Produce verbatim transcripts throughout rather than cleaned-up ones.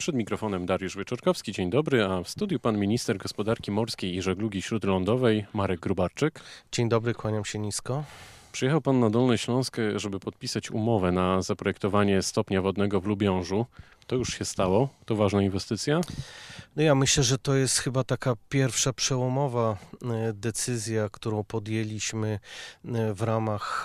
Przed mikrofonem Dariusz Wieczorkowski, dzień dobry, a w studiu pan minister gospodarki morskiej i żeglugi śródlądowej Marek Gróbarczyk. Dzień dobry, kłaniam się nisko. Przyjechał pan na Dolny Śląsk, żeby podpisać umowę na zaprojektowanie stopnia wodnego w Lubiążu. To już się stało? To ważna inwestycja? No ja myślę, że to jest chyba taka pierwsza przełomowa decyzja, którą podjęliśmy w ramach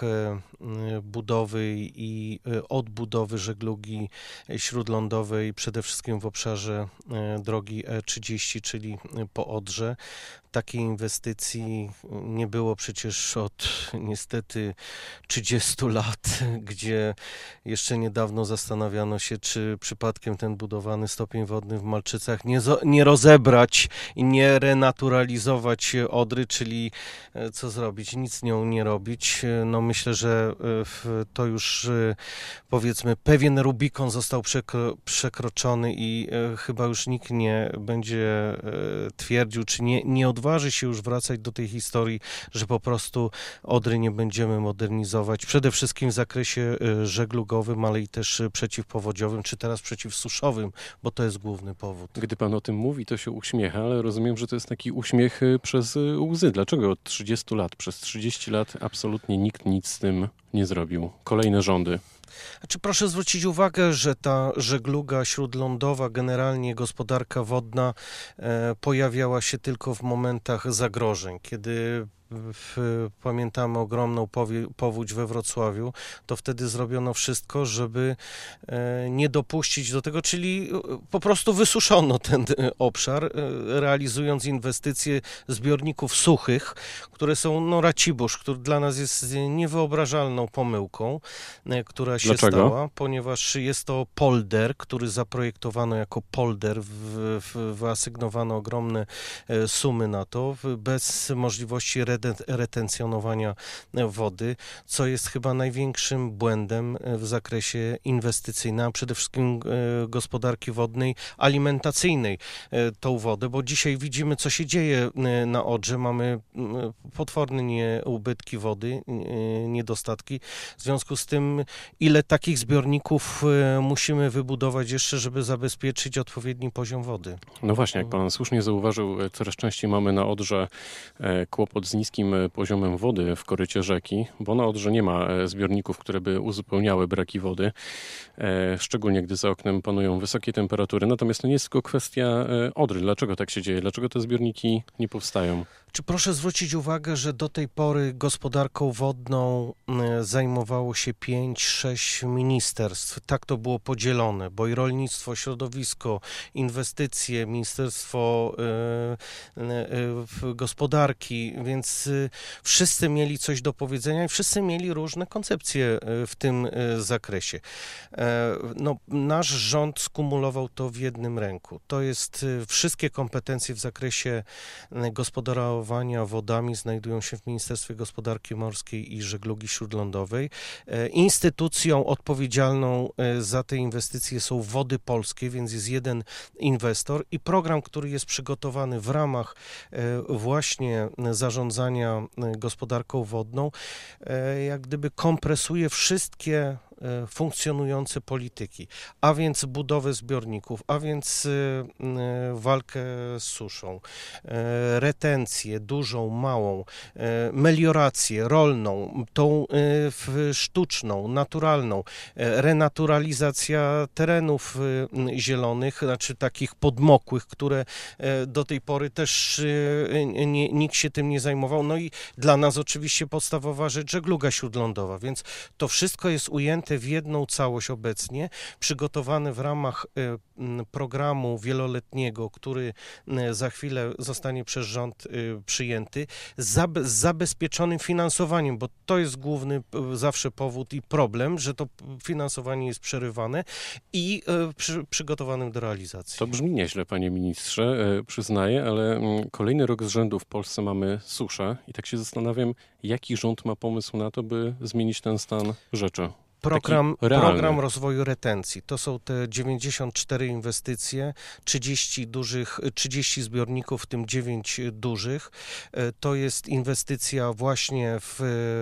budowy i odbudowy żeglugi śródlądowej, przede wszystkim w obszarze drogi E trzydzieści, czyli po Odrze. Takiej inwestycji nie było przecież od niestety trzydziestu lat, gdzie jeszcze niedawno zastanawiano się, czy przypadkiem ten budowany stopień wodny w Malczycach nie, nie rozebrać i nie renaturalizować Odry, czyli co zrobić? Nic z nią nie robić. No myślę, że to już powiedzmy pewien Rubikon został przekro, przekroczony i chyba już nikt nie będzie twierdził, czy nie, nie odważy się już wracać do tej historii, że po prostu Odry nie będziemy modernizować, przede wszystkim w zakresie żeglugowym, ale i też przeciwpowodziowym, czy teraz przeciwsuszowym, bo to jest główny powód. Gdy pan o tym mówi, to się uśmiecha, ale rozumiem, że to jest taki uśmiech przez łzy. Dlaczego od trzydziestu lat, przez trzydzieści lat absolutnie nikt nic z tym nie zrobił? Kolejne rządy. Znaczy, proszę zwrócić uwagę, że ta żegluga śródlądowa, generalnie gospodarka wodna e, pojawiała się tylko w momentach zagrożeń, kiedy W, pamiętamy ogromną powie, powódź we Wrocławiu, to wtedy zrobiono wszystko, żeby e, nie dopuścić do tego, czyli po prostu wysuszono ten obszar, e, realizując inwestycje zbiorników suchych, które są, no Racibórz, który dla nas jest niewyobrażalną pomyłką, e, która się Dlaczego? stała, ponieważ jest to polder, który zaprojektowano jako polder, w, w, wyasygnowano ogromne e, sumy na to, w, bez możliwości redukcji retencjonowania wody, co jest chyba największym błędem w zakresie inwestycyjnym, a przede wszystkim gospodarki wodnej, alimentacyjnej tą wodę, bo dzisiaj widzimy, co się dzieje na Odrze. Mamy potworne nie, ubytki wody, niedostatki. W związku z tym, ile takich zbiorników musimy wybudować jeszcze, żeby zabezpieczyć odpowiedni poziom wody. No właśnie, jak pan słusznie zauważył, coraz częściej mamy na Odrze kłopot z niskim poziomem wody w korycie rzeki, bo na Odrze nie ma zbiorników, które by uzupełniały braki wody, szczególnie gdy za oknem panują wysokie temperatury. Natomiast to nie jest tylko kwestia Odry. Dlaczego tak się dzieje? Dlaczego te zbiorniki nie powstają? Czy proszę zwrócić uwagę, że do tej pory gospodarką wodną zajmowało się pięć, sześć ministerstw. Tak to było podzielone, bo i rolnictwo, środowisko, inwestycje, ministerstwo y, y, gospodarki, więc y, wszyscy mieli coś do powiedzenia i wszyscy mieli różne koncepcje w tym zakresie. No, nasz rząd skumulował to w jednym ręku. To jest wszystkie kompetencje w zakresie gospodarowania wodami znajdują się w Ministerstwie Gospodarki Morskiej i Żeglugi Śródlądowej. Instytucją odpowiedzialną za te inwestycje są Wody Polskie, więc jest jeden inwestor i program, który jest przygotowany w ramach właśnie zarządzania gospodarką wodną, jak gdyby kompresuje wszystkie funkcjonujące polityki, a więc budowę zbiorników, a więc walkę z suszą, retencję dużą, małą, meliorację rolną, tą sztuczną, naturalną, renaturalizacja terenów zielonych, znaczy takich podmokłych, które do tej pory też nie, nikt się tym nie zajmował. No i dla nas oczywiście podstawowa rzecz żegluga śródlądowa, więc to wszystko jest ujęte w jedną całość obecnie, przygotowane w ramach programu wieloletniego, który za chwilę zostanie przez rząd przyjęty, z zabezpieczonym finansowaniem, bo to jest główny zawsze powód i problem, że to finansowanie jest przerywane i przy, przygotowanym do realizacji. To brzmi nieźle, panie ministrze, przyznaję, ale kolejny rok z rzędu w Polsce mamy suszę i tak się zastanawiam, jaki rząd ma pomysł na to, by zmienić ten stan rzeczy. Program, realny. program rozwoju retencji. To są te dziewięćdziesiąt cztery inwestycje, trzydzieści dużych, trzydzieści zbiorników, w tym dziewięć dużych. To jest inwestycja właśnie w,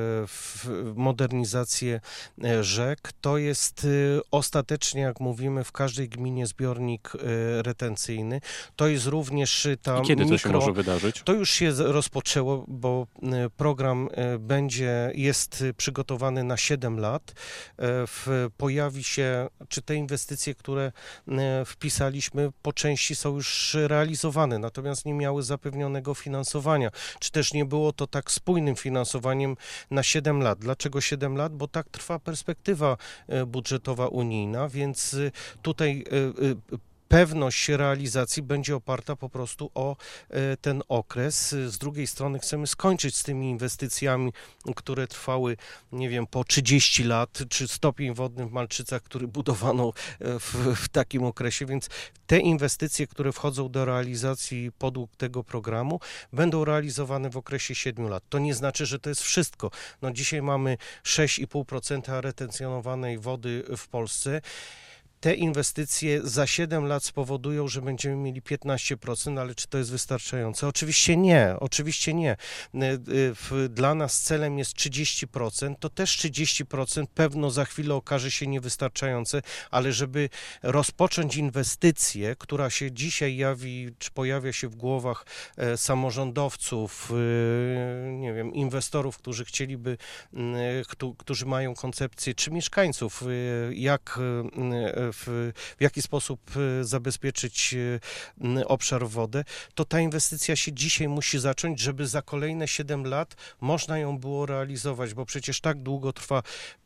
w modernizację rzek. To jest ostatecznie, jak mówimy, w każdej gminie zbiornik retencyjny. To jest również ta I kiedy mikro... to się może wydarzyć? To już się rozpoczęło, bo program będzie, jest przygotowany na siedem lat. W, pojawi się, czy te inwestycje, które wpisaliśmy, po części są już realizowane, natomiast nie miały zapewnionego finansowania, czy też nie było to tak spójnym finansowaniem na siedem lat. Dlaczego siedem lat? Bo tak trwa perspektywa budżetowa unijna, więc tutaj pewność realizacji będzie oparta po prostu o ten okres. Z drugiej strony chcemy skończyć z tymi inwestycjami, które trwały, nie wiem, po trzydzieści lat, czy stopień wodny w Malczycach, który budowano w, w takim okresie, więc te inwestycje, które wchodzą do realizacji podług tego programu, będą realizowane w okresie siedmiu lat. To nie znaczy, że to jest wszystko. No dzisiaj mamy sześć i pół procent retencjonowanej wody w Polsce. Te inwestycje za siedem lat spowodują, że będziemy mieli piętnaście procent, ale czy to jest wystarczające? Oczywiście nie, oczywiście nie. Dla nas celem jest trzydzieści procent, to też trzydzieści procent pewno za chwilę okaże się niewystarczające, ale żeby rozpocząć inwestycję, która się dzisiaj jawi, czy pojawia się w głowach samorządowców, nie wiem, inwestorów, którzy chcieliby, którzy mają koncepcję, czy mieszkańców, jak W, w jaki sposób zabezpieczyć obszar wodę, to ta inwestycja się dzisiaj musi zacząć, żeby za kolejne siedem lat można ją było realizować, bo przecież tak długo trwa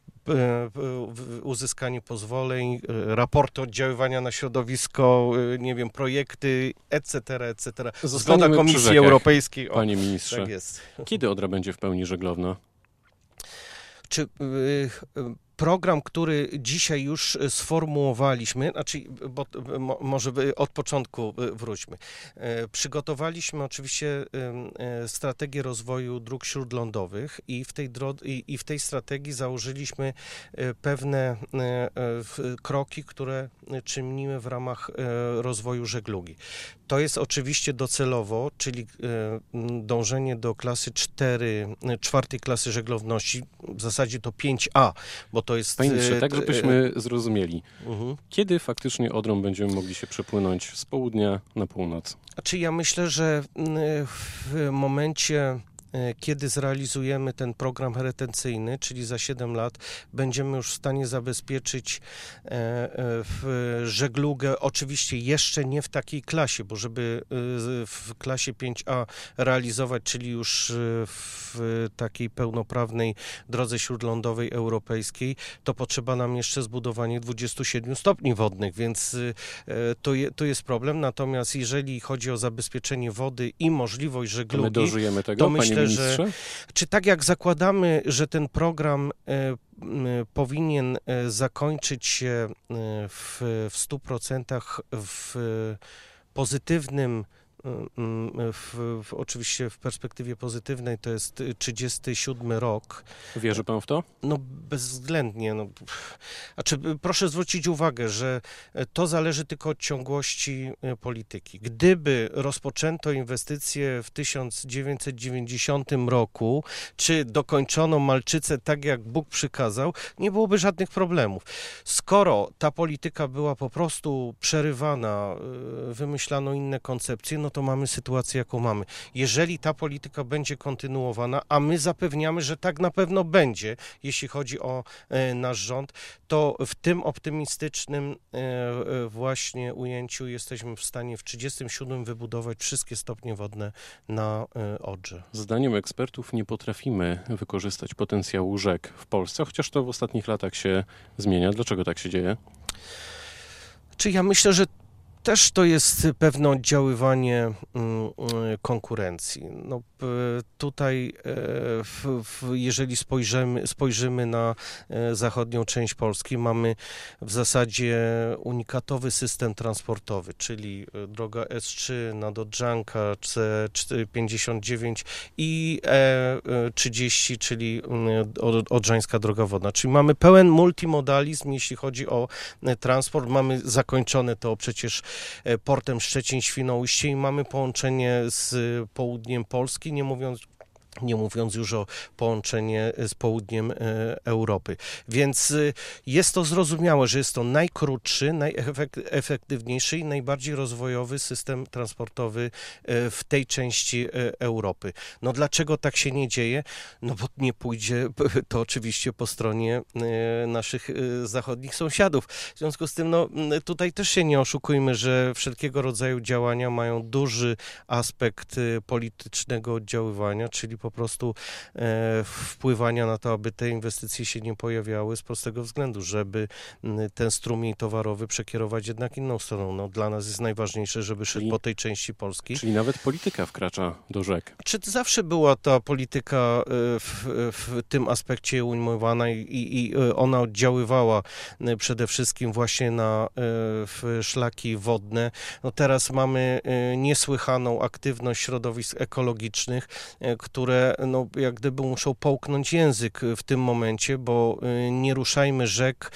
uzyskanie pozwoleń, raporty oddziaływania na środowisko, nie wiem, projekty, et cetera, et cetera. Zgoda Komisji Europejskiej. O, panie ministrze, tak jest. Kiedy Odra będzie w pełni żeglowna? Czy y, y, program, który dzisiaj już sformułowaliśmy, znaczy, bo, mo, może od początku wróćmy. Przygotowaliśmy oczywiście strategię rozwoju dróg śródlądowych i w tej, dro, i, i w tej strategii założyliśmy pewne kroki, które czynimy w ramach rozwoju żeglugi. To jest oczywiście docelowo, czyli dążenie do klasy cztery, czwartej klasy żeglowności, w zasadzie to pięć A, bo to jest... Panie ministrze, tak żebyśmy zrozumieli, uh-huh. kiedy faktycznie Odrą będziemy mogli się przepłynąć z południa na północ? Znaczy ja myślę, że w momencie, kiedy zrealizujemy ten program retencyjny, czyli za siedem lat, będziemy już w stanie zabezpieczyć w żeglugę, oczywiście jeszcze nie w takiej klasie, bo żeby w klasie pięć A realizować, czyli już w takiej pełnoprawnej drodze śródlądowej europejskiej, to potrzeba nam jeszcze zbudowanie dwudziestu siedmiu stopni wodnych, więc to, je, to jest problem. Natomiast jeżeli chodzi o zabezpieczenie wody i możliwość żeglugi, to my dożyjemy tego, to myślę, panie że czy tak jak zakładamy, że ten program e, powinien zakończyć się w, w stu procentach w pozytywnym, w, w, oczywiście w perspektywie pozytywnej, to jest trzydziesty siódmy rok. Wierzy pan w to? No bezwzględnie. No. Znaczy, proszę zwrócić uwagę, że to zależy tylko od ciągłości polityki. Gdyby rozpoczęto inwestycje w tysiąc dziewięćset dziewięćdziesiątym roku, czy dokończono Malczyce tak, jak Bóg przykazał, nie byłoby żadnych problemów. Skoro ta polityka była po prostu przerywana, wymyślano inne koncepcje, no to mamy sytuację, jaką mamy. Jeżeli ta polityka będzie kontynuowana, a my zapewniamy, że tak na pewno będzie, jeśli chodzi o e, nasz rząd, to w tym optymistycznym e, właśnie ujęciu jesteśmy w stanie w trzydziestym siódmym wybudować wszystkie stopnie wodne na e, Odrze. Zdaniem ekspertów nie potrafimy wykorzystać potencjału rzek w Polsce, chociaż to w ostatnich latach się zmienia. Dlaczego tak się dzieje? Czy ja myślę, że Też to jest pewne oddziaływanie konkurencji. No, tutaj, w, w, jeżeli spojrzymy, spojrzymy na zachodnią część Polski, mamy w zasadzie unikatowy system transportowy, czyli droga S trzy, Nadodrzanka, C pięćdziesiąt dziewięć i E trzydzieści, czyli Odrzańska Droga Wodna. Czyli mamy pełen multimodalizm, jeśli chodzi o transport. Mamy zakończone to przecież portem Szczecin-Świnoujście i mamy połączenie z południem Polski, nie mówiąc nie mówiąc już o połączenie z południem Europy. Więc jest to zrozumiałe, że jest to najkrótszy, najefektywniejszy i najbardziej rozwojowy system transportowy w tej części Europy. No dlaczego tak się nie dzieje? No bo nie pójdzie to oczywiście po stronie naszych zachodnich sąsiadów. W związku z tym, no tutaj też się nie oszukujmy, że wszelkiego rodzaju działania mają duży aspekt politycznego oddziaływania, czyli po prostu e, wpływania na to, aby te inwestycje się nie pojawiały z prostego względu, żeby m, ten strumień towarowy przekierować jednak inną stroną. No, dla nas jest najważniejsze, żeby szedł Czyli, po tej części Polski. Czyli nawet polityka wkracza do rzek. Czy zawsze była ta polityka w, w tym aspekcie ujmowana i, i ona oddziaływała przede wszystkim właśnie na w szlaki wodne. No teraz mamy niesłychaną aktywność środowisk ekologicznych, które no, jak gdyby muszą połknąć język w tym momencie, bo nie ruszajmy rzek,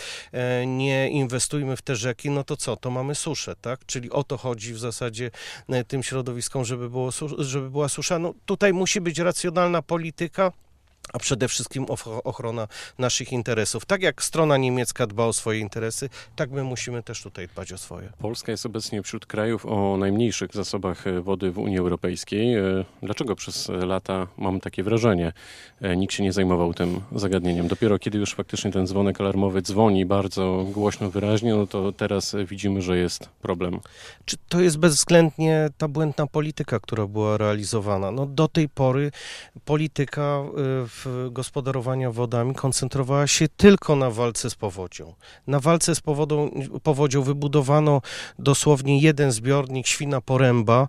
nie inwestujmy w te rzeki, no to co? To mamy suszę, tak? Czyli o to chodzi w zasadzie tym środowiskom, żeby, było, żeby była susza. No, tutaj musi być racjonalna polityka, a przede wszystkim ochrona naszych interesów. Tak jak strona niemiecka dba o swoje interesy, tak my musimy też tutaj dbać o swoje. Polska jest obecnie wśród krajów o najmniejszych zasobach wody w Unii Europejskiej. Dlaczego przez lata, mam takie wrażenie, nikt się nie zajmował tym zagadnieniem? Dopiero kiedy już faktycznie ten dzwonek alarmowy dzwoni bardzo głośno, wyraźnie, no to teraz widzimy, że jest problem. Czy to jest bezwzględnie ta błędna polityka, która była realizowana? No do tej pory polityka w gospodarowania wodami koncentrowała się tylko na walce z powodzią. Na walce z powodą, powodzią wybudowano dosłownie jeden zbiornik Świna Poręba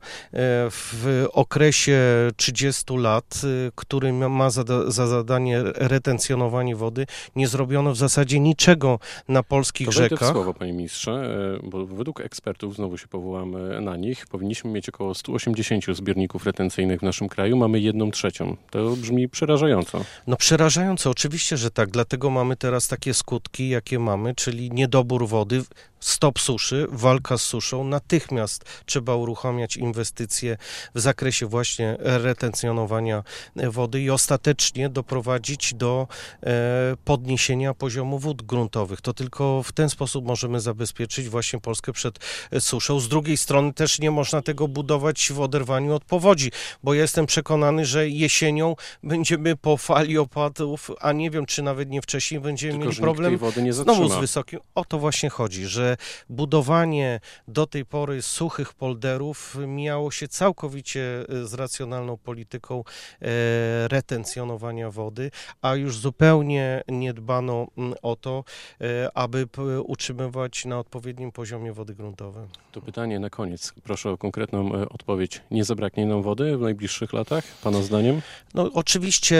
w okresie trzydziestu lat, który ma za, za zadanie retencjonowanie wody. Nie zrobiono w zasadzie niczego na polskich to wejdę rzekach. w słowo, panie ministrze, bo według ekspertów, znowu się powołamy na nich, powinniśmy mieć około stu osiemdziesięciu zbiorników retencyjnych w naszym kraju. Mamy jedną trzecią. To brzmi przerażająco. No przerażająco, oczywiście, że tak, dlatego mamy teraz takie skutki, jakie mamy, czyli niedobór wody, stop suszy, walka z suszą, natychmiast trzeba uruchamiać inwestycje w zakresie właśnie retencjonowania wody i ostatecznie doprowadzić do e, podniesienia poziomu wód gruntowych. To tylko w ten sposób możemy zabezpieczyć właśnie Polskę przed suszą. Z drugiej strony też nie można tego budować w oderwaniu od powodzi, bo ja jestem przekonany, że jesienią będziemy po fali opadów, a nie wiem, czy nawet nie wcześniej będziemy Tylko, mieli że problem nikt tej wody nie znowu zatrzyma. z wysokim. O to właśnie chodzi, że budowanie do tej pory suchych polderów mijało się całkowicie z racjonalną polityką e, retencjonowania wody, a już zupełnie nie dbano o to, e, aby p- utrzymywać na odpowiednim poziomie wody gruntowe. To pytanie na koniec. Proszę o konkretną e, odpowiedź. Nie zabraknie nam wody w najbliższych latach, pana zdaniem? No oczywiście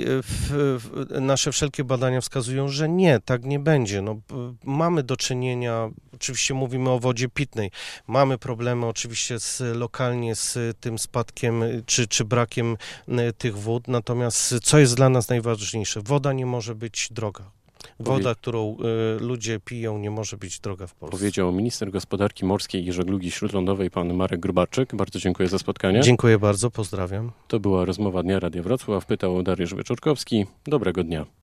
w, w, nasze wszelkie badania wskazują, że nie, tak nie będzie. No, b- mamy do czynienia, oczywiście mówimy o wodzie pitnej, mamy problemy oczywiście z, lokalnie z tym spadkiem czy, czy brakiem y, tych wód, natomiast co jest dla nas najważniejsze? Woda nie może być droga. Woda, Powie- którą y, ludzie piją, nie może być droga w Polsce. Powiedział minister gospodarki morskiej i żeglugi śródlądowej pan Marek Gróbarczyk. Bardzo dziękuję za spotkanie. Dziękuję bardzo, pozdrawiam. To była rozmowa Dnia Radia Wrocław. Pytał Dariusz Wieczorkowski. Dobrego dnia.